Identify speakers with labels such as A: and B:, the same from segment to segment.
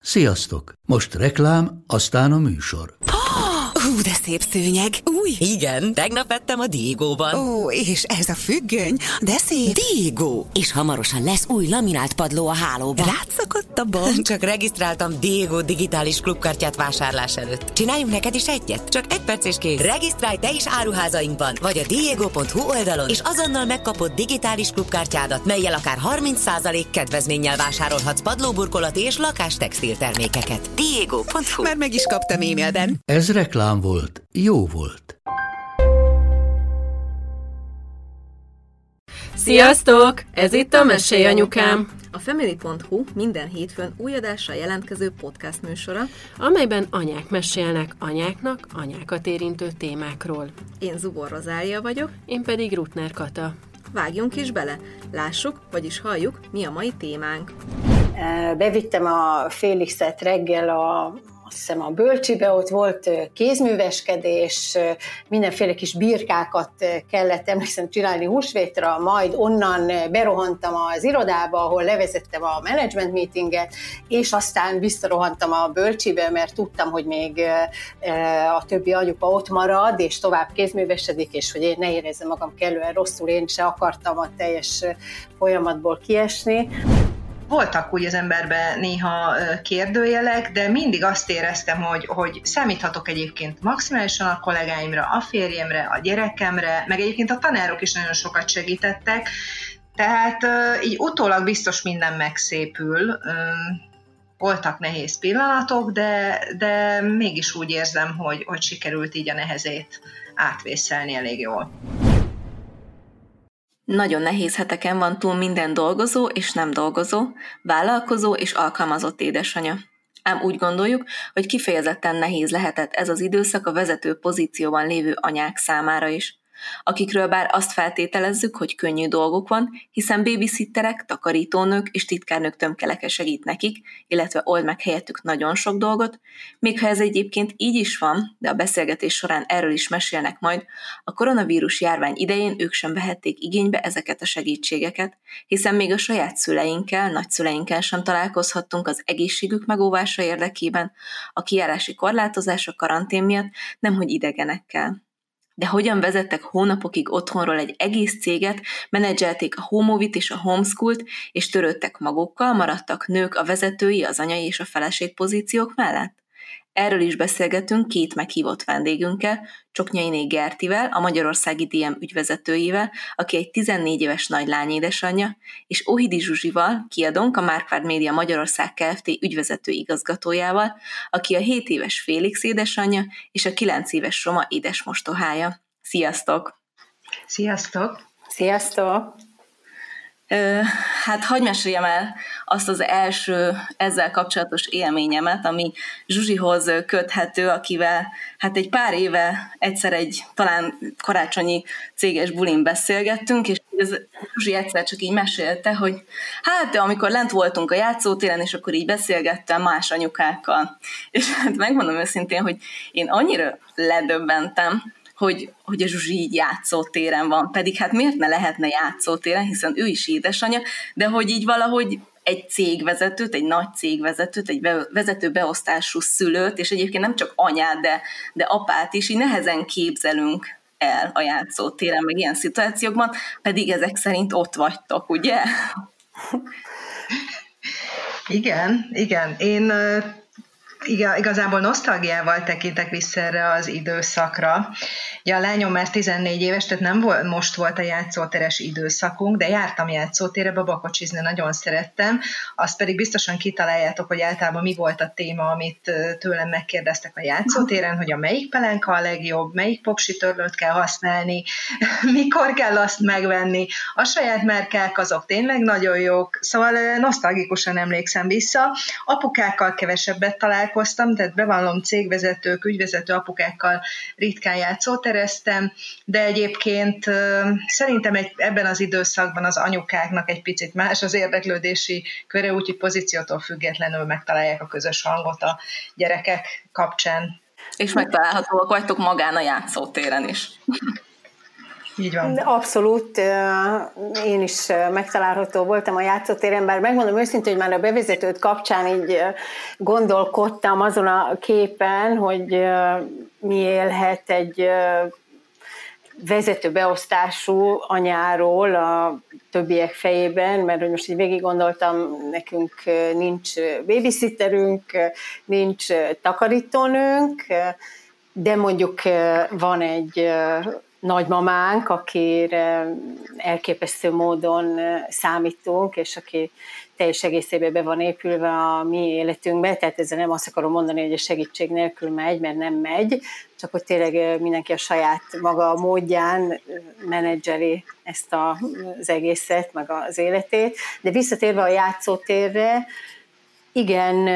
A: Sziasztok! Most reklám, aztán a műsor.
B: De szép szőnyeg. Új?
C: Igen, tegnap vettem a Diegóban.
B: Ó, és ez a függöny, de szép.
C: Diegó! És hamarosan lesz új laminált padló a hálóban.
B: Rátszakadt a bank.
C: Csak regisztráltam Diegó digitális klubkártyát vásárlás előtt. Csináljunk neked is egyet? Csak 1 perc és kész. Regisztrálj te is áruházainkban, vagy a diego.hu oldalon, és azonnal megkapod digitális klubkártyádat, mellyel akár 30% kedvezménnyel vásárolhatsz padlóburkolati és lakástextil termékeket. Diego.hu.
B: Már meg is kaptam e-mailben.
A: Ez reklám volt, jó volt.
D: Sziasztok! Ez itt a Mesélj Anyukám!
E: A Family.hu minden hétfőn új adással jelentkező podcast műsora,
D: amelyben anyák mesélnek anyáknak anyákat érintő témákról.
E: Én Zubor Rozália vagyok,
D: Én pedig Rutner Kata.
E: Vágjunk is bele, lássuk, vagyis halljuk, mi a mai témánk.
F: Bevittem a Félixet reggel azt hiszem a bölcsibe, ott volt kézműveskedés, mindenféle kis birkákat kellett, emlékszem, csinálni húsvétra, majd onnan berohantam az irodába, ahol levezettem a management meetinget, és aztán visszarohantam a bölcsibe, mert tudtam, hogy még a többi anyuka ott marad, és tovább kézművesedik, és hogy én ne érezzem magam kellően rosszul, én se akartam a teljes folyamatból kiesni.
G: Voltak úgy az emberben néha kérdőjelek, de mindig azt éreztem, hogy számíthatok egyébként maximálisan a kollégáimra, a férjemre, a gyerekemre, meg egyébként a tanárok is nagyon sokat segítettek, tehát így utólag biztos minden megszépül. Voltak nehéz pillanatok, de mégis úgy érzem, hogy sikerült így a nehezét átvészelni elég jól.
E: Nagyon nehéz heteken van túl minden dolgozó és nem dolgozó, vállalkozó és alkalmazott édesanya. Ám úgy gondoljuk, hogy kifejezetten nehéz lehetett ez az időszak a vezető pozícióban lévő anyák számára is, akikről bár azt feltételezzük, hogy könnyű dolguk van, hiszen babysitterek, takarítónők és titkárnők tömkeleke segít nekik, illetve old meg helyettük nagyon sok dolgot, még ha ez egyébként így is van, de a beszélgetés során erről is mesélnek majd, a koronavírus járvány idején ők sem vehették igénybe ezeket a segítségeket, hiszen még a saját szüleinkkel, nagyszüleinkkel sem találkozhattunk az egészségük megóvása érdekében, a kijárási korlátozás a karantén miatt, nemhogy idegenekkel. De hogyan vezettek hónapokig otthonról egy egész céget, menedzselték a home office-t és a homeschool-t, és törődtek magukkal, maradtak nők a vezetői, az anyai és a feleség pozíciók mellett? Erről is beszélgetünk 2 meghívott vendégünkkel, Csoknyainé Gertivel, a Magyarországi DM ügyvezetőjével, aki egy 14 éves nagylány édesanyja, és Ohidi Zsuzsival, kiadónk, a Márkvárd Média Magyarország Kft. Ügyvezető igazgatójával, aki a 7 éves Félix édesanyja és a 9 éves Roma édesmostohája. Sziasztok!
G: Sziasztok!
F: Sziasztok!
E: Hát hadd meséljem el azt az első ezzel kapcsolatos élményemet, ami Zsuzsihoz köthető, akivel hát egy pár éve egyszer egy talán karácsonyi céges bulin beszélgettünk, és ez Zsuzsi egyszer csak így mesélte, hogy hát amikor lent voltunk a játszótéren, és akkor így beszélgettem más anyukákkal. És hát megmondom őszintén, hogy én annyira ledöbbentem, hogy a Zsuzsi így játszótéren van, pedig hát miért ne lehetne játszótéren, hiszen ő is édesanyja, de hogy így valahogy egy cégvezetőt, egy nagy cégvezetőt, egy vezető beosztású szülőt, és egyébként nem csak anyát, de apát is, így nehezen képzelünk el a játszótéren, meg ilyen szituációkban, pedig ezek szerint ott vagytok, ugye?
G: Igen. Én igazából nosztalgiával tekintek vissza erre az időszakra. Ja, a lányom már 14 éves, tehát nem most volt a játszóteres időszakunk, de jártam játszótérre, babakocsizni nagyon szerettem. Azt pedig biztosan kitaláljátok, hogy általában mi volt a téma, amit tőlem megkérdeztek a játszótéren, hogy a melyik pelenka a legjobb, melyik popsitörlőt kell használni, mikor kell azt megvenni. A saját márkák azok tényleg nagyon jók, szóval nosztalgikusan emlékszem vissza. Apukákkal kevesebbet találkoztam, tehát bevallom, cégvezetők, ügyvezető apukákkal ritkán játszótereztem, de egyébként szerintem ebben az időszakban az anyukáknak egy picit más az érdeklődési köre, úgyhogy pozíciótól függetlenül megtalálják a közös hangot a gyerekek kapcsán.
E: És megtalálhatóak vagytok magán a játszótéren is.
G: Így van.
F: Abszolút, én is megtalálható voltam a játszótéren, bár megmondom őszintén, hogy már a bevezetőt kapcsán így gondolkodtam azon a képen, hogy mi élhet egy vezetőbeosztású anyáról a többiek fejében, mert hogy most így végig gondoltam, nekünk nincs babysitterünk, nincs takarítónőnk, de mondjuk van egy nagymamánk, akire elképesztő módon számítunk, és aki teljes egészében be van épülve a mi életünkbe, tehát ezzel nem azt akarom mondani, hogy a segítség nélkül megy, mert nem megy, csak hogy tényleg mindenki a saját maga módján menedzseli ezt az egészet, meg az életét. De visszatérve a játszótérre, igen,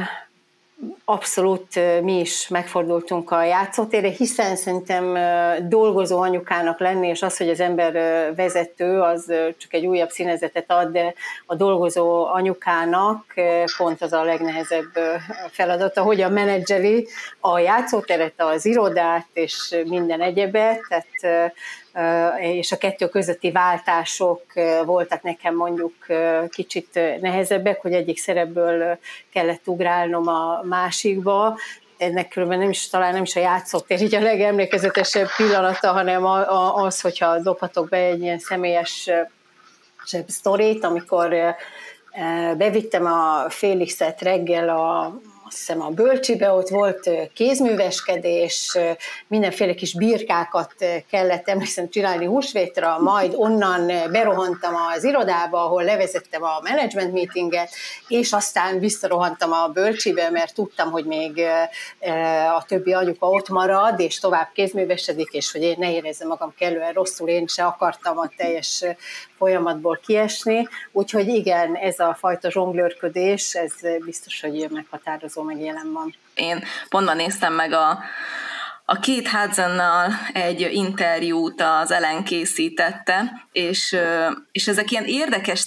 F: abszolút mi is megfordultunk a játszótérre, hiszen szerintem dolgozó anyukának lenni, és az, hogy az ember vezető, az csak egy újabb színezetet ad, de a dolgozó anyukának pont az a legnehezebb feladata, hogyan menedzseli a játszóteret, az irodát és minden egyebet, tehát és a kettő közötti váltások voltak nekem mondjuk kicsit nehezebbek, hogy egyik szerepből kellett ugrálnom a másikba. Ennek különben talán nem is a játszótér így a legemlékezetesebb pillanata, hanem az, hogyha dobhatok be egy ilyen személyes sztorit, amikor bevittem a Félixet reggel azt hiszem a bölcsibe, ott volt kézműveskedés, mindenféle kis birkákat kellett emlékszem csinálni húsvétra, majd onnan berohantam az irodába, ahol levezettem a management meetinget, és aztán visszarohantam a bölcsibe, mert tudtam, hogy még a többi anyuka ott marad, és tovább kézművesedik, és hogy én ne érezzem magam kellően rosszul, én se akartam a teljes folyamatból kiesni, úgyhogy igen, ez a fajta zsonglőrködés, ez biztos, hogy meghatározó, meg jelen van.
E: Én pontban néztem meg a Kate Hudsonnal egy interjút, az Ellen készítette, és ezek ilyen érdekes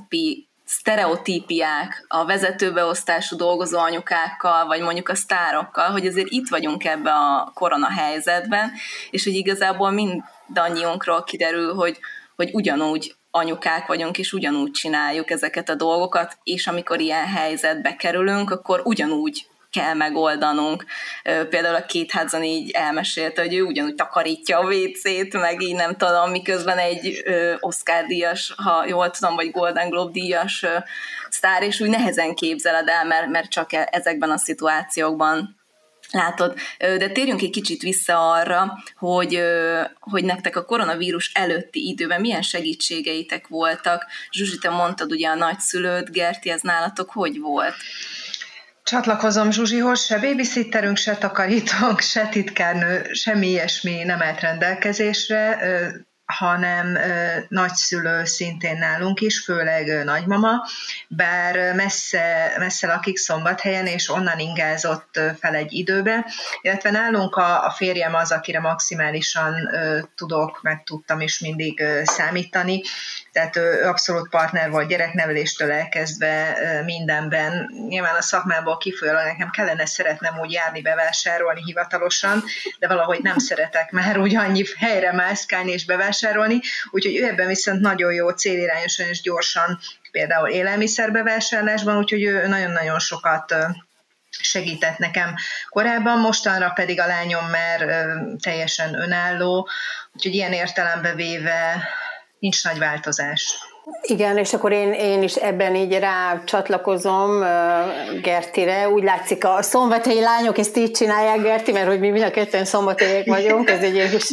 E: sztereotípiák a vezetőbeosztású dolgozó anyukákkal, vagy mondjuk a sztárokkal, hogy azért itt vagyunk ebbe a korona helyzetben, és hogy igazából mindannyiunkról kiderül, hogy ugyanúgy anyukák vagyunk, és ugyanúgy csináljuk ezeket a dolgokat, és amikor ilyen helyzetbe kerülünk, akkor ugyanúgy kell megoldanunk. Például a Kate Hudson így elmesélte, hogy ő ugyanúgy takarítja a WC-t, meg így nem tudom, miközben egy Oscar-díjas, ha jól tudom, vagy Golden Globe-díjas sztár, és úgy nehezen képzeled el, mert csak ezekben a szituációkban látod. De térjünk egy kicsit vissza arra, hogy nektek a koronavírus előtti időben milyen segítségeitek voltak. Zsuzsi, te mondtad ugye a nagyszülőd, Gerti, ez nálatok hogy volt?
G: Csatlakozom Zsuzsihoz, se babysitterünk, se takarítónk, se titkárnő, semmi ilyesmi nem állt rendelkezésre, hanem nagyszülő szintén nálunk is, főleg nagymama, bár messze lakik Szombathelyen, és onnan ingázott fel egy időbe, illetve nálunk a férjem az, akire maximálisan tudok, meg tudtam is mindig számítani, tehát ő abszolút partner volt gyerekneveléstől elkezdve mindenben. Nyilván a szakmából kifolyólag nekem szeretnem úgy járni, bevásárolni hivatalosan, de valahogy nem szeretek már úgy annyi helyre mászkálni és bevásárolni, úgyhogy ő ebben viszont nagyon jó, célirányosan és gyorsan, például élelmiszerbevásárlásban, úgyhogy ő nagyon-nagyon sokat segített nekem korábban, mostanra pedig a lányom már teljesen önálló, úgyhogy ilyen értelembe véve nincs nagy változás.
F: Igen, és akkor én is ebben így rácsatlakozom Gertire. Úgy látszik, a szombathelyi lányok ezt így csinálják, Gerti, mert hogy mi mind a ketten szombathelyiek vagyunk, ez egy kis...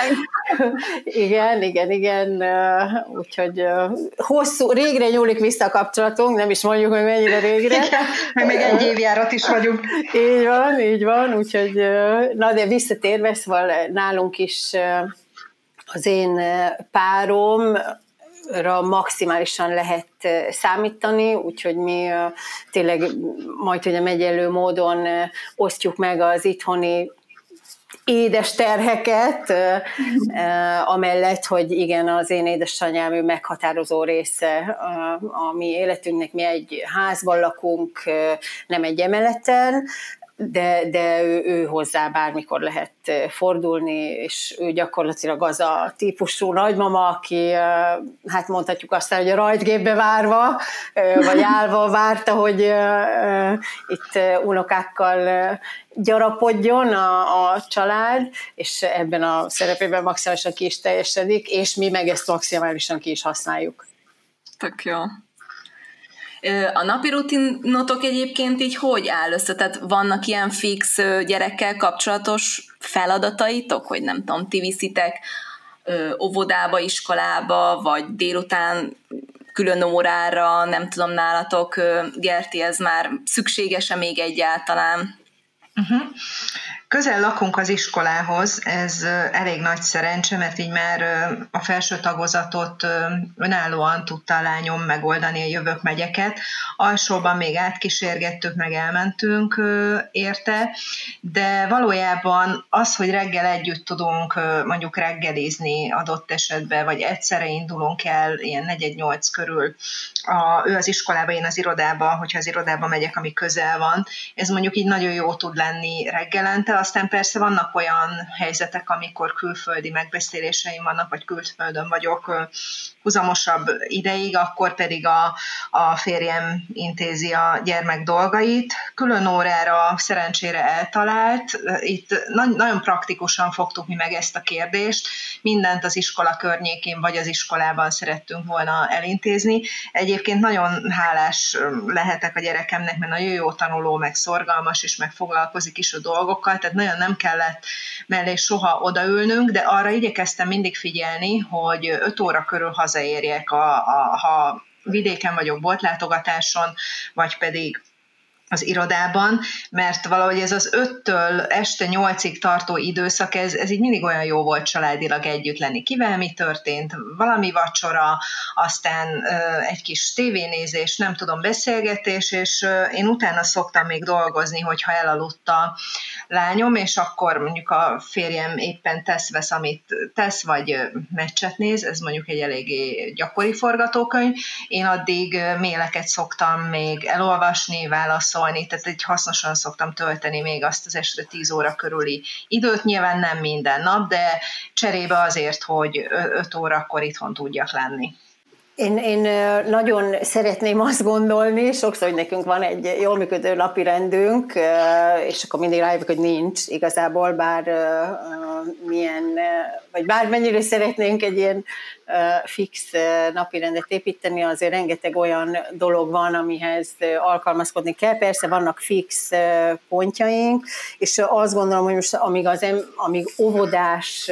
F: Igen. Úgyhogy régre nyúlik vissza a kapcsolatunk, nem is mondjuk, hogy mennyire régre.
G: Igen, meg egy évjárat is vagyunk.
F: Így van, úgyhogy na de visszatérve, szóval nálunk is az én páromra maximálisan lehet számítani, úgyhogy mi tényleg majdnem egyenlő módon osztjuk meg az itthoni édes terheket, amellett, hogy igen, az én édesanyám ő meghatározó része a mi életünknek, mi egy házban lakunk, nem egy emeleten, de ő hozzá bármikor lehet fordulni, és ő gyakorlatilag az a típusú nagymama, aki, hát mondhatjuk aztán, hogy a rajtgépbe várva, vagy állva várta, hogy itt unokákkal gyarapodjon a család, és ebben a szerepében maximálisan ki is teljesedik, és mi meg ezt maximálisan ki is használjuk.
E: Tök jó. A napi rutinotok egyébként így hogy áll össze? Tehát vannak ilyen fix gyerekkel kapcsolatos feladataitok, hogy nem tudom, ti viszitek óvodába, iskolába, vagy délután külön órára, nem tudom, nálatok, Gerti, ez már szükséges-e még egyáltalán?
G: Közel lakunk az iskolához, ez elég nagy szerencse, mert így már a felső tagozatot önállóan tudta a lányom megoldani, a jövök-megyeket. Alsóban még átkísérgettük, meg elmentünk érte, de valójában az, hogy reggel együtt tudunk mondjuk reggelizni adott esetben, vagy egyszerre indulunk el ilyen 4-8 körül, ő az iskolába, én az irodába, hogyha az irodába megyek, ami közel van, ez mondjuk így nagyon jó tud lenni reggelente. Aztán persze vannak olyan helyzetek, amikor külföldi megbeszéléseim vannak, vagy külföldön vagyok huzamosabb ideig, akkor pedig a férjem intézi a gyermek dolgait. Külön órára szerencsére eltalált. Itt nagyon praktikusan fogtuk mi meg ezt a kérdést. Mindent az iskola környékén vagy az iskolában szerettünk volna elintézni. Egyébként nagyon hálás lehetek a gyerekemnek, mert nagyon jó tanuló, meg szorgalmas, és meg foglalkozik is a dolgokkal, tehát nagyon nem kellett mellé soha odaülnünk, de arra igyekeztem mindig figyelni, hogy 5 óra körül hazaérjek, ha vidéken vagyok boltlátogatáson, vagy pedig az irodában, mert valahogy ez az 5-től este 8-ig tartó időszak, ez így mindig olyan jó volt családilag együtt lenni. Kivel mi történt? Valami vacsora, aztán egy kis tévénézés, nem tudom, beszélgetés, és én utána szoktam még dolgozni, hogyha elaludt a lányom, és akkor mondjuk a férjem éppen tesz, amit tesz, vagy meccset néz, ez mondjuk egy eléggé gyakori forgatókönyv. Én addig maileket szoktam még elolvasni, válaszolni, tehát egy hasznosan szoktam tölteni még azt az este 10 óra körüli időt, nyilván nem minden nap, de cserébe azért, hogy 5 órakor itthon tudjak lenni.
F: Én nagyon szeretném azt gondolni, sokszor, hogy nekünk van egy jól működő napi rendünk, és akkor mindig rájövök, hogy nincs igazából, vagy bármennyire szeretnénk egy ilyen fix napi rendet építeni, azért rengeteg olyan dolog van, amihez alkalmazkodni kell. Persze vannak fix pontjaink, és azt gondolom, hogy most amíg óvodás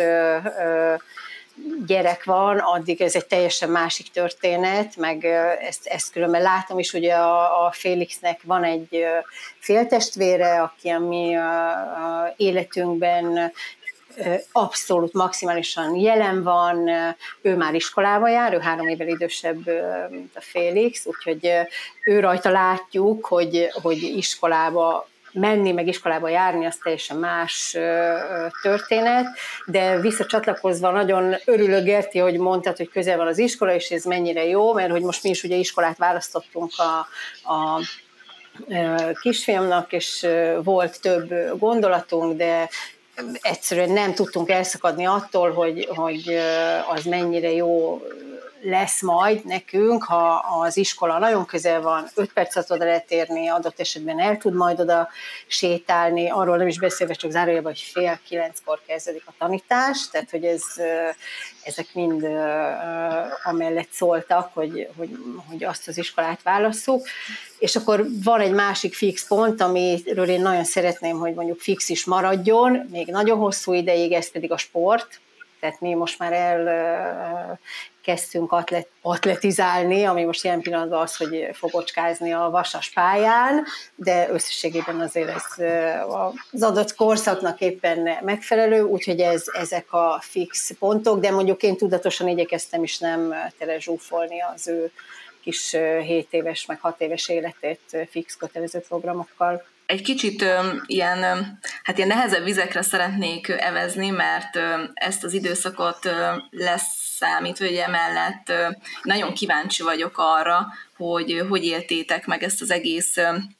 F: gyerek van, addig ez egy teljesen másik történet, meg ezt különben látom is, hogy a Félixnek van egy féltestvére, aki a mi életünkben abszolút maximálisan jelen van, ő már iskolába jár, ő 3 évvel idősebb, mint a Félix, úgyhogy ő rajta látjuk, hogy iskolába menni, meg iskolába járni, az teljesen más történet, de visszacsatlakozva nagyon örülök, Gerti, hogy mondtad, hogy közel van az iskola, és ez mennyire jó, mert hogy most mi is ugye iskolát választottunk a kisfiamnak, és volt több gondolatunk, de egyszerűen nem tudtunk elszakadni attól, hogy az mennyire jó lesz majd nekünk, ha az iskola nagyon közel van, 5 percet oda lehet érni, adott esetben el tud majd oda sétálni, arról nem is beszélve, csak zárójelben, hogy 8:30 kezdődik a tanítás, tehát hogy ezek mind amellett szóltak, hogy azt az iskolát válasszuk. És akkor van egy másik fix pont, amiről én nagyon szeretném, hogy mondjuk fix is maradjon, még nagyon hosszú ideig, ez pedig a sport. Tehát mi most már elkezdtünk atletizálni, ami most ilyen pillanatban az, hogy fogocskázni a vasas pályán, de összességében azért ez az adott korszaknak éppen megfelelő, úgyhogy ezek a fix pontok, de mondjuk én tudatosan igyekeztem is nem telezsúfolni az ő kis 7 éves, meg 6 éves életét fix kötelező programokkal.
E: Egy kicsit ilyen nehezebb vizekre szeretnék evezni, mert ezt az időszakot leszámítva, hogy emellett nagyon kíváncsi vagyok arra, hogy éltétek meg ezt az egész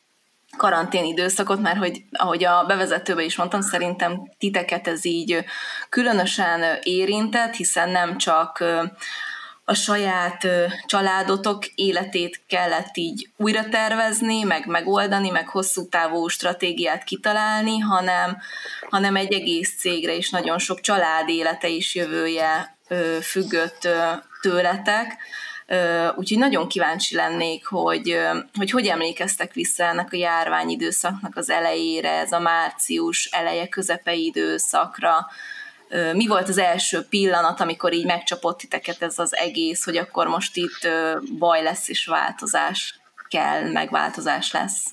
E: karantén időszakot, mert hogy ahogy a bevezetőben is mondtam, szerintem titeket ez így különösen érintett, hiszen nem csak a saját családotok életét kellett így újra tervezni, meg megoldani, meg hosszú távú stratégiát kitalálni, hanem egy egész cégre is nagyon sok család élete és jövője függött tőletek. Úgyhogy nagyon kíváncsi lennék, hogy emlékeztek vissza ennek a járványidőszaknak az elejére, ez a március eleje közepei időszakra. Mi volt az első pillanat, amikor így megcsapott titeket ez az egész, hogy akkor most itt baj lesz és változás kell, meg változás lesz?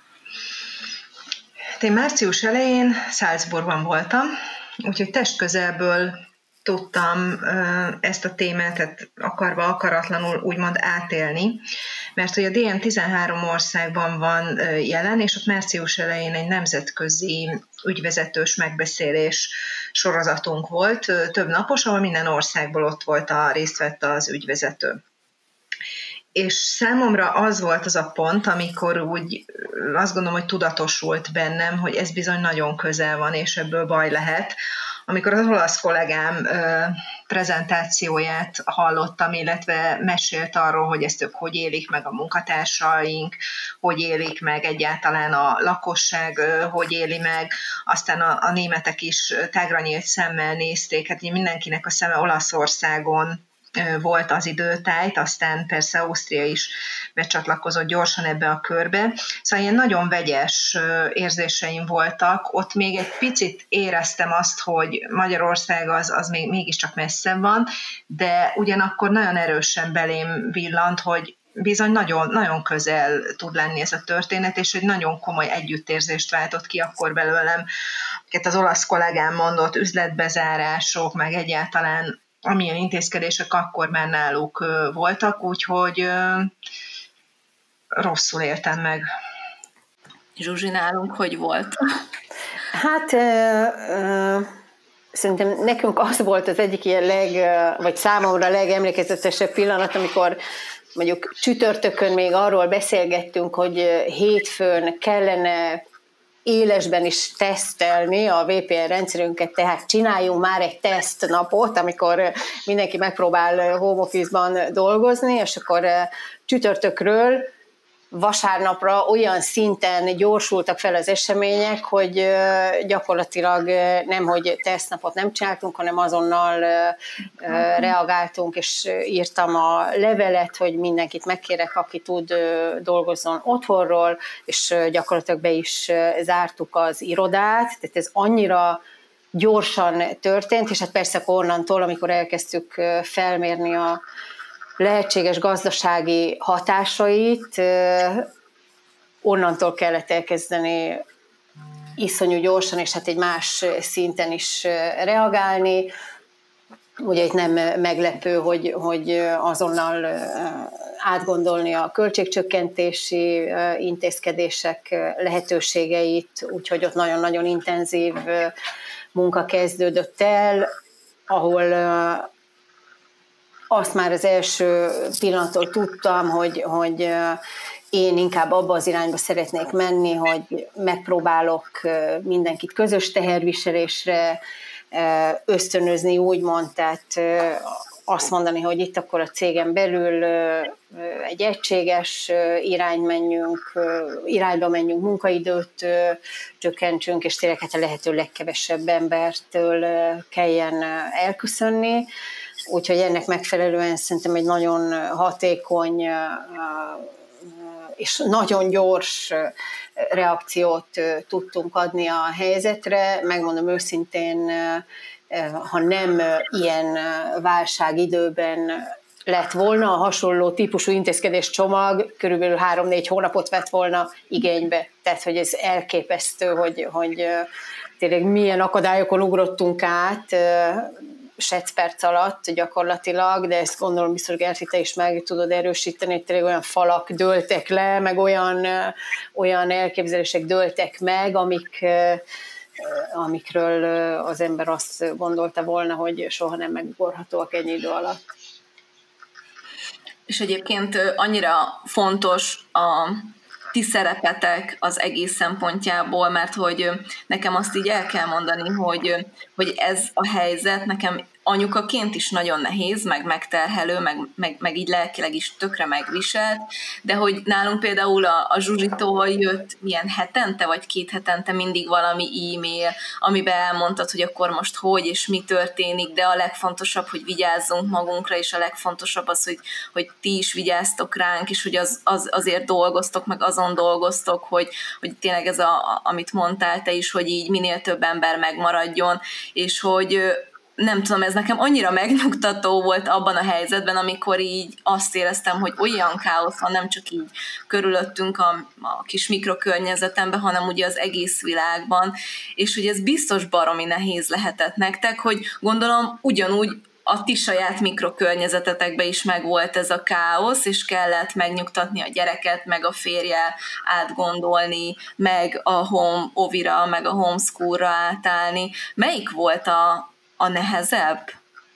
G: Én március elején Salzburgban voltam, úgyhogy testközelből tudtam ezt a témát akarva, akaratlanul úgymond átélni, mert hogy a DM13 országban van jelen, és ott március elején egy nemzetközi ügyvezetős megbeszélés sorozatunk volt, több napos, ahol minden országból ott volt részt vett az ügyvezető. És számomra az volt az a pont, amikor úgy azt gondolom, hogy tudatosult bennem, hogy ez bizony nagyon közel van, és ebből baj lehet. Amikor az olasz kollégám prezentációját hallottam, illetve mesélt arról, hogy ezt ők hogy élik meg a munkatársaink, hogy élik meg egyáltalán a lakosság, hogy éli meg, aztán a németek is tágra nyílt szemmel nézték, hát mindenkinek a szeme Olaszországon volt az időtájt, aztán persze Ausztria is becsatlakozott gyorsan ebbe a körbe. Szóval ilyen nagyon vegyes érzéseim voltak. Ott még egy picit éreztem azt, hogy Magyarország az még mégiscsak messze van, de ugyanakkor nagyon erősen belém villant, hogy bizony nagyon, nagyon közel tud lenni ez a történet, és egy nagyon komoly együttérzést váltott ki akkor belőlem, amiket az olasz kollégám mondott, üzletbezárások, meg egyáltalán amilyen intézkedések akkor már náluk voltak, úgyhogy rosszul éltem meg.
E: Zsuzsi, nálunk hogy volt?
F: Hát szerintem nekünk az volt az egyik ilyen vagy számomra legemlékezetesebb pillanat, amikor mondjuk csütörtökön még arról beszélgettünk, hogy hétfőn kellene élesben is tesztelni a VPN rendszerünket, tehát csináljunk már egy tesztnapot, amikor mindenki megpróbál home office-ban dolgozni, és akkor csütörtökről vasárnapra olyan szinten gyorsultak fel az események, hogy gyakorlatilag nemhogy tesztnapot nem csináltunk, hanem azonnal reagáltunk, és írtam a levelet, hogy mindenkit megkérek, aki tud, dolgozzon otthonról, és gyakorlatilag be is zártuk az irodát, tehát ez annyira gyorsan történt, és hát persze onnantól, amikor elkezdtük felmérni a lehetséges gazdasági hatásait, onnantól kellett elkezdeni iszonyú gyorsan, és hát egy más szinten is reagálni. Ugye itt nem meglepő, hogy azonnal átgondolni a költségcsökkentési intézkedések lehetőségeit, úgyhogy ott nagyon-nagyon intenzív munka kezdődött el, ahol azt már az első pillanattól tudtam, hogy én inkább abba az irányba szeretnék menni, hogy megpróbálok mindenkit közös teherviselésre ösztönözni, úgymond, tehát azt mondani, hogy itt akkor a cégen belül egy egységes irányba menjünk, munkaidőt csökkentsünk, és tényleg hát a lehető legkevesebb embertől kelljen elköszönni. Úgyhogy ennek megfelelően szerintem egy nagyon hatékony és nagyon gyors reakciót tudtunk adni a helyzetre. Megmondom őszintén, ha nem ilyen válságidőben lett volna, a hasonló típusú intézkedés csomag körülbelül 3-4 hónapot vett volna igénybe. Tehát, hogy ez elképesztő, hogy tényleg milyen akadályokon ugrottunk át, perc alatt gyakorlatilag, de ezt gondolom biztos, Gerti, te is meg tudod erősíteni, hogy tényleg olyan falak dőltek le, meg olyan elképzelések dőltek meg, amikről az ember azt gondolta volna, hogy soha nem megugorhatóak ennyi idő alatt.
E: És egyébként annyira fontos ti szerepetek az egész szempontjából, mert hogy nekem azt így el kell mondani, hogy ez a helyzet nekem anyukaként is nagyon nehéz, meg megterhelő, meg így lelkileg is tökre megviselt, de hogy nálunk például a Zsuzsitól jött milyen hetente, vagy 2 hetente mindig valami e-mail, amiben elmondtad, hogy akkor most hogy és mi történik, de a legfontosabb, hogy vigyázzunk magunkra, és a legfontosabb az, hogy ti is vigyáztok ránk, és hogy azért dolgoztok, meg azon dolgoztok, hogy tényleg ez amit mondtál te is, hogy így minél több ember megmaradjon, és hogy nem tudom, ez nekem annyira megnyugtató volt abban a helyzetben, amikor így azt éreztem, hogy olyan káosz van, nem csak így körülöttünk a kis mikrokörnyezetemben, hanem ugye az egész világban, és hogy ez biztos baromi nehéz lehetett nektek, hogy gondolom ugyanúgy a ti saját mikrokörnyezetetekben is megvolt ez a káosz, és kellett megnyugtatni a gyereket, meg a férjel átgondolni, meg a home office-ra, meg a homeschool-ra átállni. Melyik volt a nehezebb?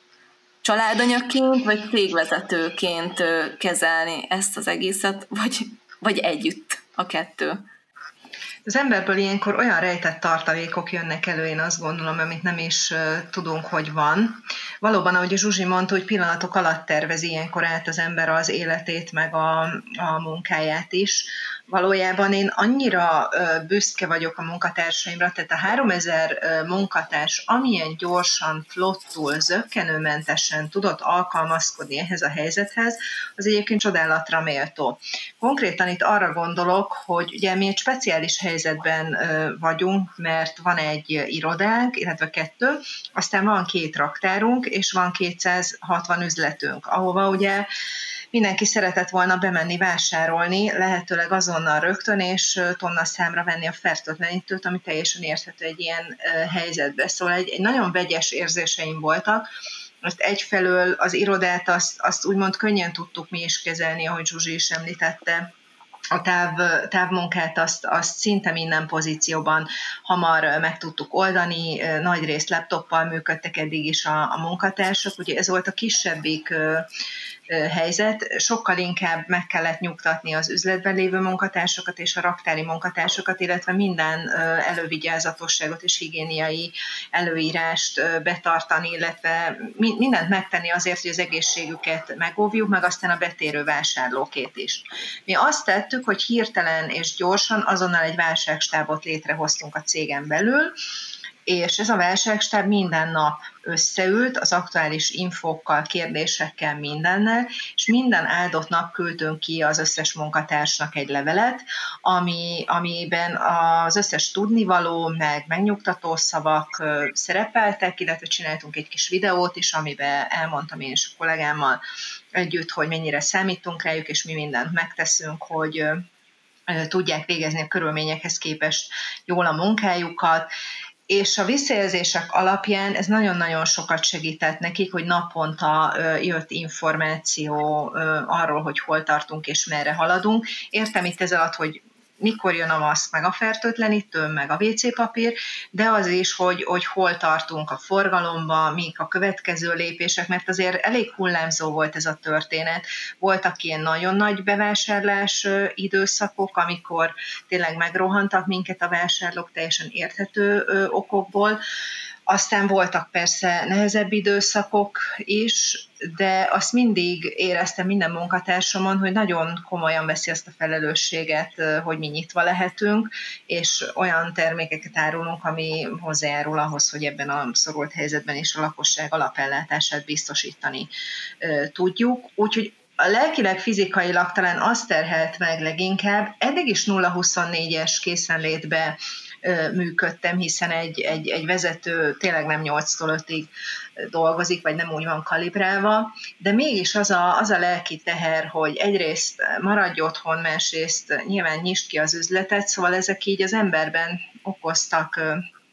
E: Családanyaként, vagy cégvezetőként kezelni ezt az egészet, vagy együtt a kettő?
G: Az emberből ilyenkor olyan rejtett tartalékok jönnek elő, én azt gondolom, amit nem is tudunk, hogy van. Valóban, ahogy a Zsuzsi mondta, hogy pillanatok alatt tervezi ilyenkor át az ember az életét, meg a munkáját is. Valójában én annyira büszke vagyok a munkatársaimra, tehát a 3000 munkatárs amilyen gyorsan, flottul, zökkenőmentesen tudott alkalmazkodni ehhez a helyzethez, az egyébként csodálatra méltó. Konkrétan itt arra gondolok, hogy ugye mi egy speciális helyzetben vagyunk, mert van egy irodánk, illetve 2, aztán van 2 raktárunk, és van 260 üzletünk, ahova ugye mindenki szeretett volna bemenni vásárolni, lehetőleg azonnal rögtön, és tonnaszámra venni a fertőtlenítőt, ami teljesen érthető egy ilyen helyzetben. Szóval egy nagyon vegyes érzéseim voltak. Most egyfelől az irodát azt úgymond könnyen tudtuk mi is kezelni, ahogy Zsuzsi is említette, a távmunkát azt szinte minden pozícióban hamar meg tudtuk oldani, nagy részt laptoppal működtek eddig is a munkatársak, ugye ez volt a kisebbik helyzet, sokkal inkább meg kellett nyugtatni az üzletben lévő munkatársakat és a raktári munkatársakat, illetve minden elővigyázatosságot és higiéniai előírást betartani, illetve mindent megtenni azért, hogy az egészségüket megóvjuk, meg aztán a betérő vásárlókét is. Mi azt tettük, hogy hirtelen és gyorsan azonnal egy válságstábot létrehoztunk a cégen belül, és ez a válságstáb minden nap összeült az aktuális infókkal, kérdésekkel, mindennel, és minden áldott nap küldtünk ki az összes munkatársnak egy levelet, amiben az összes tudnivaló, meg megnyugtató szavak szerepeltek, illetve csináltunk egy kis videót is, amiben elmondtam én és a kollégámmal együtt, hogy mennyire számítunk rájuk, és mi mindent megteszünk, hogy tudják végezni a körülményekhez képest jól a munkájukat, és a visszajelzések alapján ez nagyon-nagyon sokat segített nekik, hogy naponta jött információ arról, hogy hol tartunk és merre haladunk. Értem itt ez alatt, hogy mikor jön a maszk, meg a fertőtlenítő, meg a WC papír, de az is, hogy hol tartunk a forgalomba, mik a következő lépések, mert azért elég hullámzó volt ez a történet. Voltak ilyen nagyon nagy bevásárlás időszakok, amikor tényleg megrohantak minket a vásárlók teljesen érthető okokból. Aztán voltak persze nehezebb időszakok is, de azt mindig éreztem minden munkatársamon, hogy nagyon komolyan veszi azt a felelősséget, hogy mi nyitva lehetünk, és olyan termékeket árulunk, ami hozzájárul ahhoz, hogy ebben a szorult helyzetben is a lakosság alapellátását biztosítani tudjuk. Úgyhogy a lelkileg, fizikailag talán azt terhelt meg leginkább, eddig is 0-24-es készenlétbe működtem, hiszen egy vezető tényleg nem 8-tól 5-ig dolgozik, vagy nem úgy van kalibrálva, de mégis az a lelki teher, hogy egyrészt maradj otthon, másrészt nyilván nyisd ki az üzletet, szóval ezek így az emberben okoztak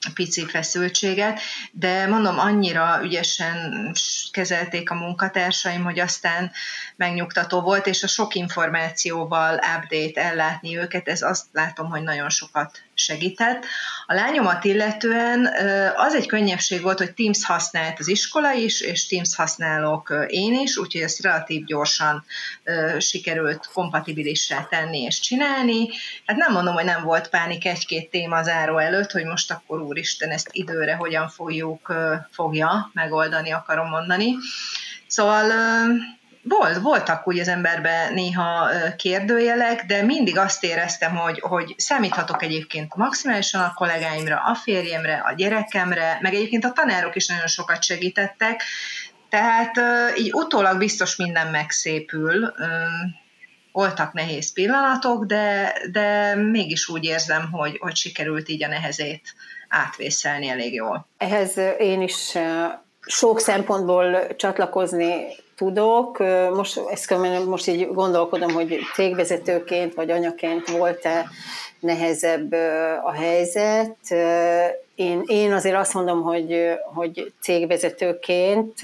G: pici feszültséget, de mondom, annyira ügyesen kezelték a munkatársaim, hogy aztán megnyugtató volt, és a sok információval update ellátni őket, ez azt látom, hogy nagyon sokat segített. A lányomat illetően az egy könnyebbség volt, hogy Teams használt az iskola is, és Teams használok én is, úgyhogy ezt relatív gyorsan sikerült kompatibilissá tenni és csinálni. Hát nem mondom, hogy nem volt pánik egy-két téma záró előtt, hogy most akkor úristen, ezt időre hogyan fogja megoldani, akarom mondani. Szóval voltak úgy az emberben néha kérdőjelek, de mindig azt éreztem, hogy számíthatok egyébként maximálisan a kollégáimra, a férjemre, a gyerekemre, meg egyébként a tanárok is nagyon sokat segítettek, tehát így utólag biztos minden megszépül. Voltak nehéz pillanatok, de mégis úgy érzem, hogy sikerült így a nehezét átvészelni elég jól.
F: Ehhez én is sok szempontból csatlakozni tudok. Most így gondolkodom, hogy cégvezetőként vagy anyaként volt-e nehezebb a helyzet. Én azért azt mondom, hogy cégvezetőként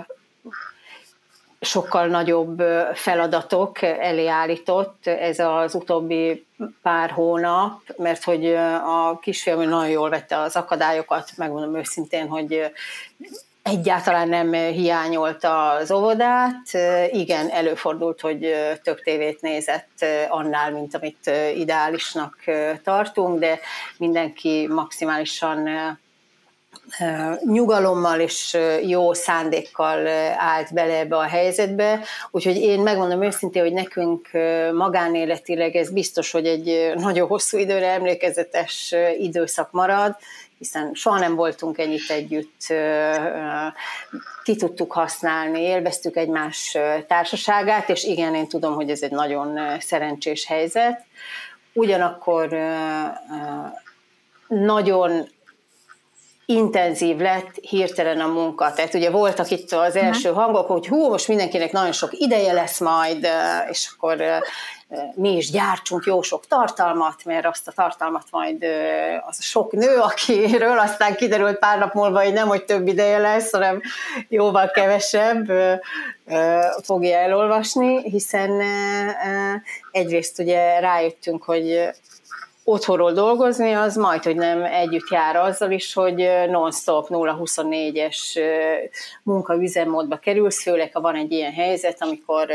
F: sokkal nagyobb feladatok elé állított ez az utóbbi pár hónap, mert hogy a kisfiam nagyon jól vette az akadályokat, megmondom őszintén, hogy egyáltalán nem hiányolta az óvodát. Igen, előfordult, hogy több tévét nézett annál, mint amit ideálisnak tartunk, de mindenki maximálisan nyugalommal és jó szándékkal állt bele ebbe a helyzetbe, úgyhogy én megmondom őszintén, hogy nekünk magánéletileg ez biztos, hogy egy nagyon hosszú időre emlékezetes időszak marad, hiszen soha nem voltunk ennyit együtt, ki tudtuk használni, élveztük egymás társaságát, és igen, én tudom, hogy ez egy nagyon szerencsés helyzet. Ugyanakkor nagyon intenzív lett hirtelen a munka. Tehát ugye voltak itt az első hangok, hogy most mindenkinek nagyon sok ideje lesz majd, és akkor mi is gyártsunk jó sok tartalmat, mert azt a tartalmat majd az a sok nő, akiről aztán kiderült pár nap múlva, hogy nem, hogy több ideje lesz, hanem jóval kevesebb fogja elolvasni, hiszen egyrészt ugye rájöttünk, hogy otthonról dolgozni, az majd, hogy nem együtt jár azzal is, hogy non-stop 0-24-es munkaüzemmódba kerülsz, főleg ha van egy ilyen helyzet, amikor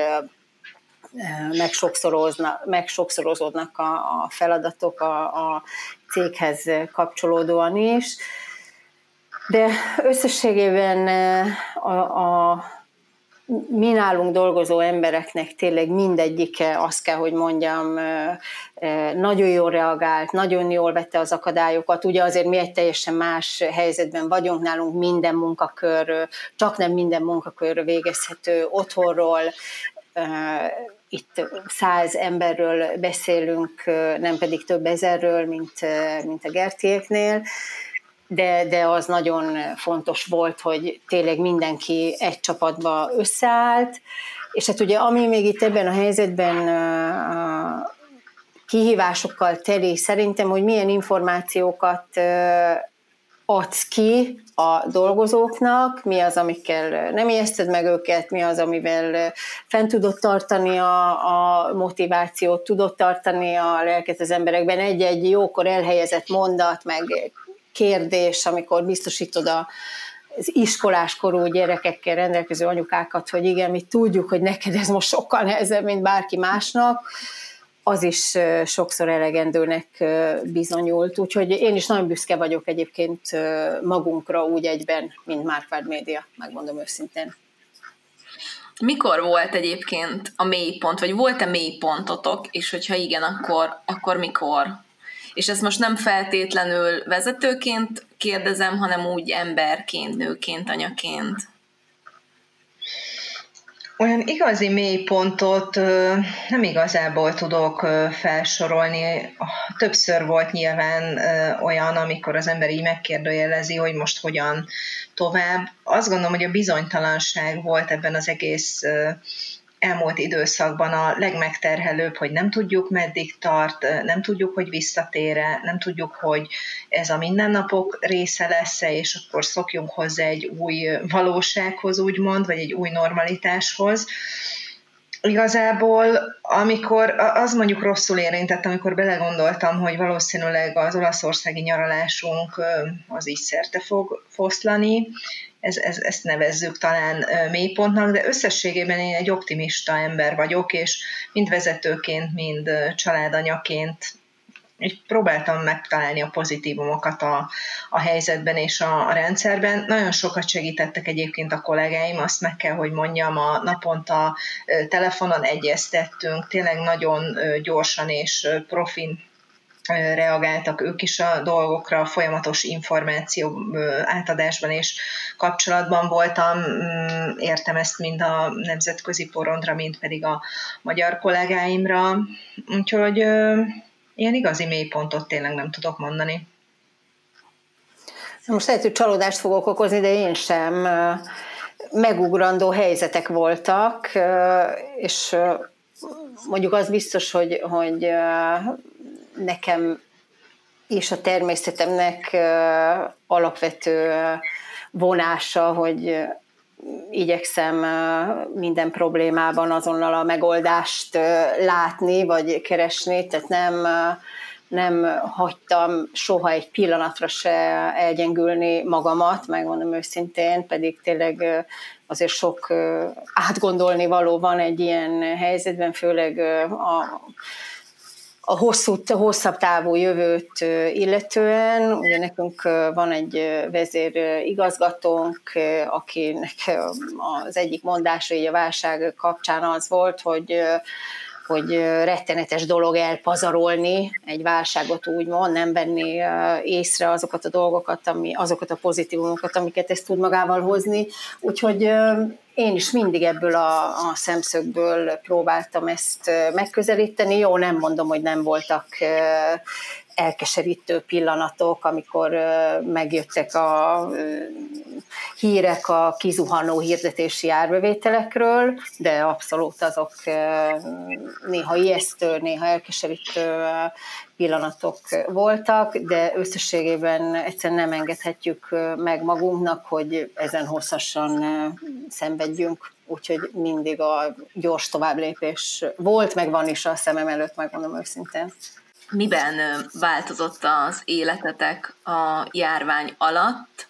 F: megsokszorozódnak a feladatok a céghez kapcsolódóan is. De összességében mi nálunk dolgozó embereknek tényleg mindegyike, azt kell, hogy mondjam, nagyon jól reagált, nagyon jól vette az akadályokat. Ugye azért mi egy teljesen más helyzetben vagyunk, nálunk minden munkakör, csak nem minden munkakör végezhető otthonról. Itt 100 emberről beszélünk, nem pedig több ezerről, mint a Gertiéknél. De az nagyon fontos volt, hogy tényleg mindenki egy csapatba összeállt, és hát ugye ami még itt ebben a helyzetben kihívásokkal teli, szerintem, hogy milyen információkat adsz ki a dolgozóknak, mi az, amikkel nem ijeszted meg őket, mi az, amivel fent tudod tartani a motivációt, tudod tartani a lelket az emberekben, egy-egy jókor elhelyezett mondat, meg kérdés, amikor biztosítod az iskoláskorú gyerekekkel rendelkező anyukákat, hogy igen, mi tudjuk, hogy neked ez most sokkal nehezebb, mint bárki másnak, az is sokszor elegendőnek bizonyult. Úgyhogy én is nagyon büszke vagyok egyébként magunkra úgy egyben, mint Markvárd Média, megmondom őszintén.
E: Mikor volt egyébként a mélypont, vagy volt-e mélypontotok, és hogyha igen, akkor mikor? És ezt most nem feltétlenül vezetőként kérdezem, hanem úgy emberként, nőként, anyaként.
G: Olyan igazi mélypontot nem igazából tudok felsorolni. Többször volt nyilván olyan, amikor az ember így megkérdőjelezi, hogy most hogyan tovább. Azt gondolom, hogy a bizonytalanság volt ebben az egész elmúlt időszakban a legmegterhelőbb, hogy nem tudjuk, meddig tart, nem tudjuk, hogy visszatér-e, nem tudjuk, hogy ez a mindennapok része lesz-e, és akkor szokjunk hozzá egy új valósághoz, úgymond, vagy egy új normalitáshoz. Igazából, amikor, az mondjuk rosszul érintett, amikor belegondoltam, hogy valószínűleg az olaszországi nyaralásunk az így szerte fog foszlani, ezt nevezzük talán mélypontnak, de összességében én egy optimista ember vagyok, és mind vezetőként, mind családanyaként próbáltam megtalálni a pozitívumokat a helyzetben és a rendszerben. Nagyon sokat segítettek egyébként a kollégáim, azt meg kell, hogy mondjam, a naponta telefonon egyeztettünk, tényleg nagyon gyorsan és profin reagáltak ők is a dolgokra, folyamatos információ átadásban és kapcsolatban voltam. Értem ezt mind a nemzetközi porondra, mind pedig a magyar kollégáimra. Úgyhogy ilyen igazi mélypontot tényleg nem tudok mondani.
F: Most lehet, hogy csalódást fogok okozni, de én sem. Megugrandó helyzetek voltak, és mondjuk az biztos, hogy nekem és a természetemnek alapvető vonása, hogy igyekszem minden problémában azonnal a megoldást látni, vagy keresni, tehát nem hagytam soha egy pillanatra se elgyengülni magamat, megmondom őszintén, pedig tényleg azért sok átgondolni való van egy ilyen helyzetben, főleg a hosszabb távú jövőt illetően. Ugye nekünk van egy vezérigazgatónk, akinek az egyik mondása így a válság kapcsán az volt, hogy rettenetes dolog elpazarolni egy válságot, úgymond, nem venni észre azokat a dolgokat, azokat a pozitívumokat, amiket ez tud magával hozni. Úgyhogy én is mindig ebből a szemszögből próbáltam ezt megközelíteni. Jó, nem mondom, hogy nem voltak elkeserítő pillanatok, amikor megjöttek a hírek a kizuhanó hirdetési árbevételekről, de abszolút azok néha ijesztő, néha elkeserítő pillanatok voltak, de összességében egyszerűen nem engedhetjük meg magunknak, hogy ezen hosszasan szenvedjünk. Úgyhogy mindig a gyors továbblépés volt, meg van is a szemem előtt, megmondom őszintén.
E: Miben változott az életetek a járvány alatt,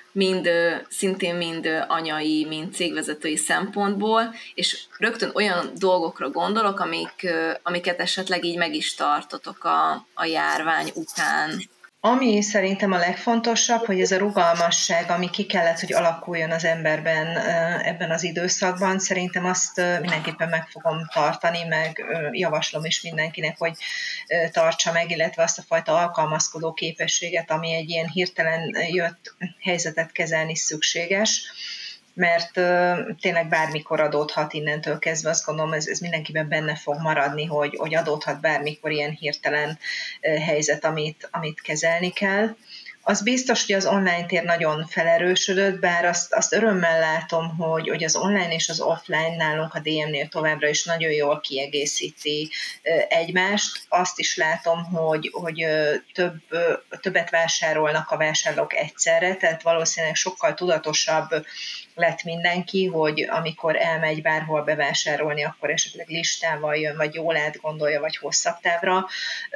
E: szintén mind anyai, mind cégvezetői szempontból, és rögtön olyan dolgokra gondolok, amiket esetleg így meg is tartotok a járvány után.
G: Ami szerintem a legfontosabb, hogy ez a rugalmasság, ami ki kellett, hogy alakuljon az emberben ebben az időszakban, szerintem azt mindenképpen meg fogom tartani, meg javaslom is mindenkinek, hogy tartsa meg, illetve azt a fajta alkalmazkodó képességet, ami egy ilyen hirtelen jött helyzetet kezelni szükséges, mert tényleg bármikor adódhat innentől kezdve, azt gondolom, ez mindenkiben benne fog maradni, hogy adódhat bármikor ilyen hirtelen helyzet, amit kezelni kell. Az biztos, hogy az online tér nagyon felerősödött, bár azt örömmel látom, hogy az online és az offline nálunk a DM-nél továbbra is nagyon jól kiegészíti egymást. Azt is látom, hogy többet vásárolnak a vásárlók egyszerre, tehát valószínűleg sokkal tudatosabb lett mindenki, hogy amikor elmegy bárhol bevásárolni, akkor esetleg listával jön, vagy jól átgondolja, vagy hosszabb távra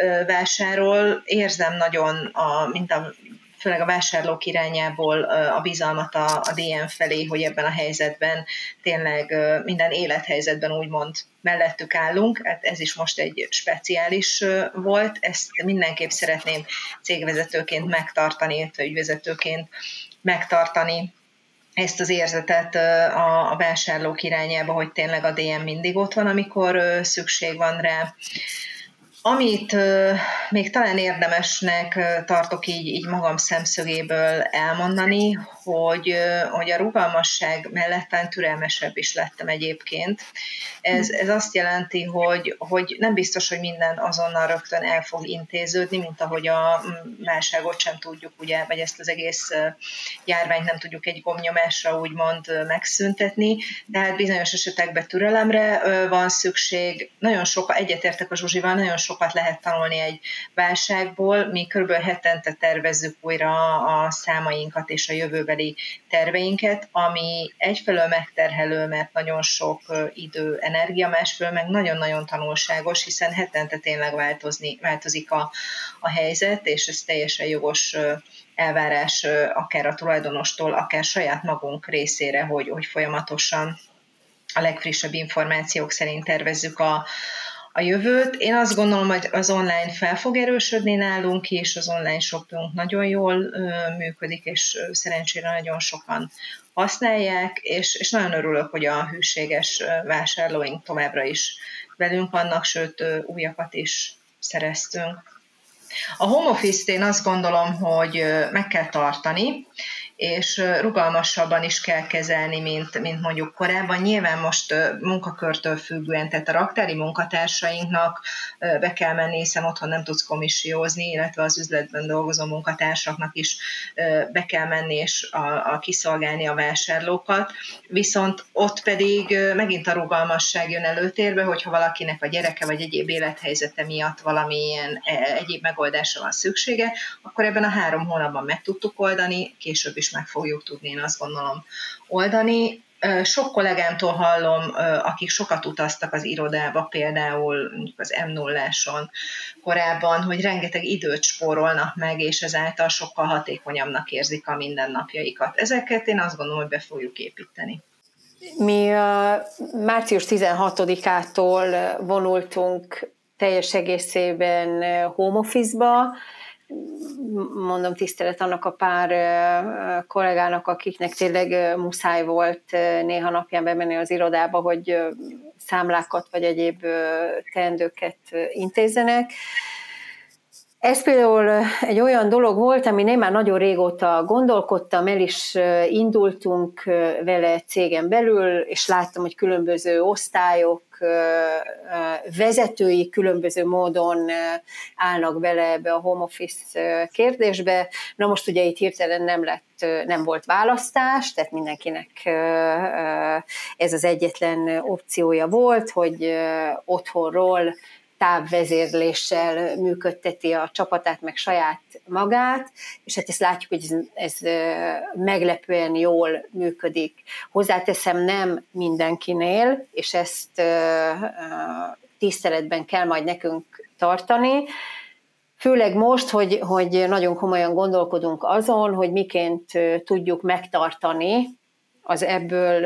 G: vásárol. Érzem nagyon, főleg a vásárlók irányából a bizalmat a DM felé, hogy ebben a helyzetben tényleg minden élethelyzetben úgymond mellettük állunk. Hát ez is most egy speciális volt. Ezt mindenképp szeretném cégvezetőként megtartani, illetve ügyvezetőként megtartani ezt az érzetet a vásárlók irányába, hogy tényleg a DM mindig ott van, amikor szükség van rá. Amit még talán érdemesnek tartok így magam szemszögéből elmondani, hogy a rugalmasság mellett türelmesebb is lettem egyébként. Ez azt jelenti, hogy nem biztos, hogy minden azonnal rögtön el fog intéződni, mint ahogy a válságot sem tudjuk, ugye, vagy ezt az egész járványt nem tudjuk egy gombnyomásra úgymond megszüntetni, de hát bizonyos esetekben türelemre van szükség. Nagyon sokat, egyetértek a Zsuzsival, nagyon sokat lehet tanulni egy válságból. Mi kb. Hetente tervezzük újra a számainkat és a jövőbeli terveinket, ami egyfelől megterhelő, mert nagyon sok idő, energia, másfelől meg nagyon-nagyon tanulságos, hiszen hetente tényleg változik a helyzet, és ez teljesen jogos elvárás akár a tulajdonostól, akár saját magunk részére, hogy folyamatosan a legfrissebb információk szerint tervezzük a jövőt. Én azt gondolom, hogy az online fel fog erősödni nálunk is, az online shopping nagyon jól működik, és szerencsére nagyon sokan használják, és nagyon örülök, hogy a hűséges vásárlóink továbbra is velünk vannak, sőt újakat is szereztünk. A home office-t én azt gondolom, hogy meg kell tartani, és rugalmasabban is kell kezelni, mint mondjuk korábban. Nyilván most munkakörtől függően, tehát a raktári munkatársainknak be kell menni, hiszen otthon nem tudsz komissiózni, illetve az üzletben dolgozó munkatársaknak is be kell menni és kiszolgálni a vásárlókat. Viszont ott pedig megint a rugalmasság jön előtérbe, hogyha valakinek a gyereke vagy egyéb élethelyzete miatt valamilyen egyéb megoldásra van szüksége, akkor ebben a 3 hónapban meg tudtuk oldani, később is meg fogjuk tudni, én azt gondolom, oldani. Sok kollégámtól hallom, akik sokat utaztak az irodába, például az M0-áson korábban, hogy rengeteg időt spórolnak meg, és ezáltal sokkal hatékonyabbnak érzik a mindennapjaikat. Ezeket én azt gondolom, hogy be fogjuk építeni.
F: Mi március 16-ától vonultunk teljes egészében home office-ba. Mondom, tisztelet annak a pár kollégának, akiknek tényleg muszáj volt néha napján bemenni az irodába, hogy számlákat vagy egyéb teendőket intézzenek. Ez például egy olyan dolog volt, aminél már nagyon régóta gondolkodtam, el is indultunk vele cégen belül, és láttam, hogy különböző osztályok, vezetői különböző módon állnak bele ebbe a home office kérdésbe. Na most ugye itt hirtelen nem volt választás, tehát mindenkinek ez az egyetlen opciója volt, hogy otthonról távvezérléssel működteti a csapatát, meg saját magát, és hát ezt látjuk, hogy ez meglepően jól működik. Hozzáteszem, nem mindenkinél, és ezt tiszteletben kell majd nekünk tartani, főleg most, hogy nagyon komolyan gondolkodunk azon, hogy miként tudjuk megtartani az ebből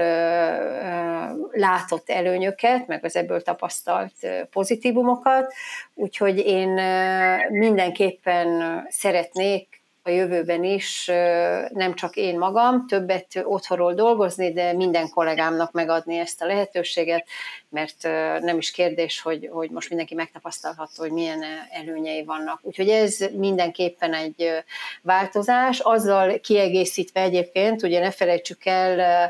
F: látott előnyöket, meg az ebből tapasztalt pozitívumokat, úgyhogy én mindenképpen szeretnék a jövőben is nem csak én magam többet otthonról dolgozni, de minden kollégámnak megadni ezt a lehetőséget, mert nem is kérdés, hogy most mindenki megtapasztalható, hogy milyen előnyei vannak. Úgyhogy ez mindenképpen egy változás, azzal kiegészítve egyébként, ugye ne felejtsük el,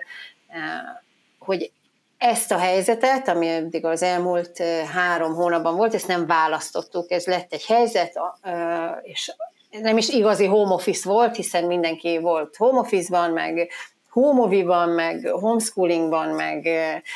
F: hogy ezt a helyzetet, ami eddig az elmúlt 3 hónapban volt, ezt nem választottuk, ez lett egy helyzet, és nem is igazi home office volt, hiszen mindenki volt home office-ban, meg home office-ban, meg homeschoolingban, meg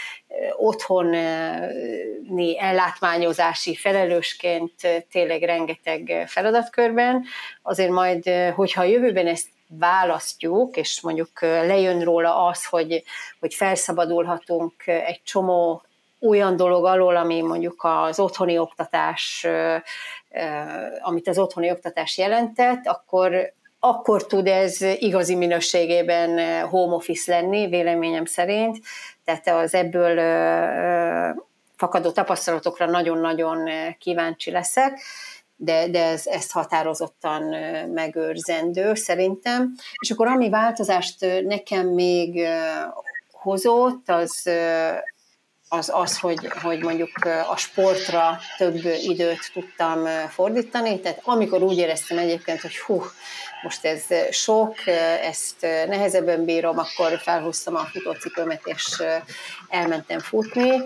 F: otthoni ellátmányozási felelősként tényleg rengeteg feladatkörben. Azért majd, hogyha a jövőben ezt választjuk, és mondjuk lejön róla az, hogy felszabadulhatunk egy csomó olyan dolog alól, ami mondjuk az otthoni oktatás, amit az otthoni oktatás jelentett, akkor tud ez igazi minőségében home office lenni, véleményem szerint. Tehát az ebből fakadó tapasztalatokra nagyon-nagyon kíváncsi leszek, de ezt határozottan megőrzendő szerintem. És akkor ami változást nekem még hozott, az az hogy mondjuk a sportra több időt tudtam fordítani, tehát amikor úgy éreztem egyébként, hogy most ez sok, ezt nehezebben bírom, akkor felhúztam a futócipőmet, és elmentem futni.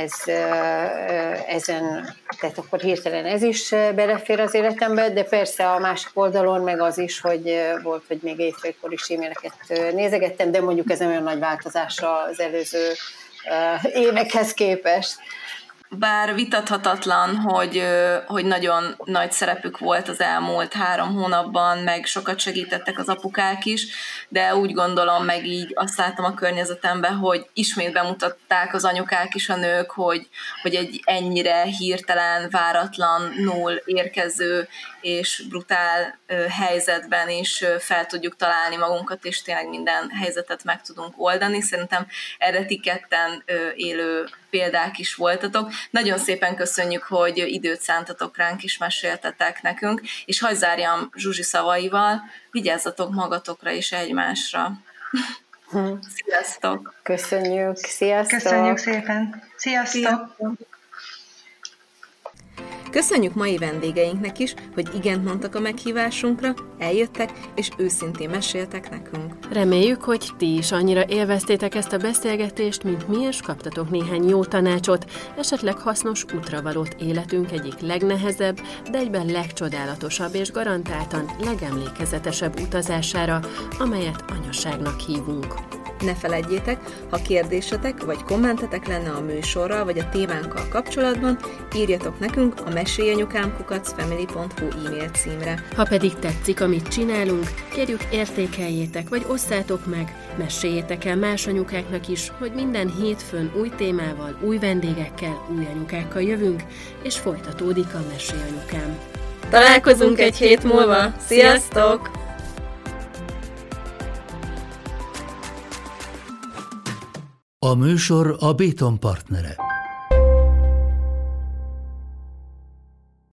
F: Tehát akkor hirtelen ez is belefér az életembe, de persze a másik oldalon meg az is, hogy volt, hogy még éjfélkor is e-maileket nézegettem, de mondjuk ez nem olyan nagy változás az előző évekhez képest.
E: Bár vitathatatlan, hogy nagyon nagy szerepük volt az elmúlt 3 hónapban, meg sokat segítettek az apukák is, de úgy gondolom, meg így azt látom a környezetemben, hogy ismét bemutatták az anyukák is, a nők, hogy egy ennyire hirtelen, váratlanul érkező és brutál helyzetben is fel tudjuk találni magunkat, és tényleg minden helyzetet meg tudunk oldani. Szerintem erre ti ketten élő példák is voltatok. Nagyon szépen köszönjük, hogy időt szántatok ránk, és meséltetek nekünk, és hadd zárjam Zsuzsi szavaival, vigyázzatok magatokra és egymásra. Sziasztok!
F: Köszönjük! Sziasztok!
G: Köszönjük szépen! Sziasztok!
H: Köszönjük mai vendégeinknek is, hogy igent mondtak a meghívásunkra, eljöttek és őszintén meséltek nekünk.
D: Reméljük, hogy ti is annyira élveztétek ezt a beszélgetést, mint mi, és kaptatok néhány jó tanácsot, esetleg hasznos útravalót életünk egyik legnehezebb, de egyben legcsodálatosabb és garantáltan legemlékezetesebb utazására, amelyet anyaságnak hívunk.
H: Ne feledjétek, ha kérdésetek vagy kommentetek lenne a műsorral vagy a témánkkal kapcsolatban, írjatok nekünk a mesélyanyukám@family.hu e-mail címre.
D: Ha pedig tetszik, amit csinálunk, kérjük értékeljétek vagy osszátok meg, meséljétek el más anyukáknak is, hogy minden hétfőn új témával, új vendégekkel, új anyukákkal jövünk, és folytatódik a Mesélyanyukám.
H: Találkozunk egy hét múlva! Sziasztok!
A: A műsor a Béton partnere.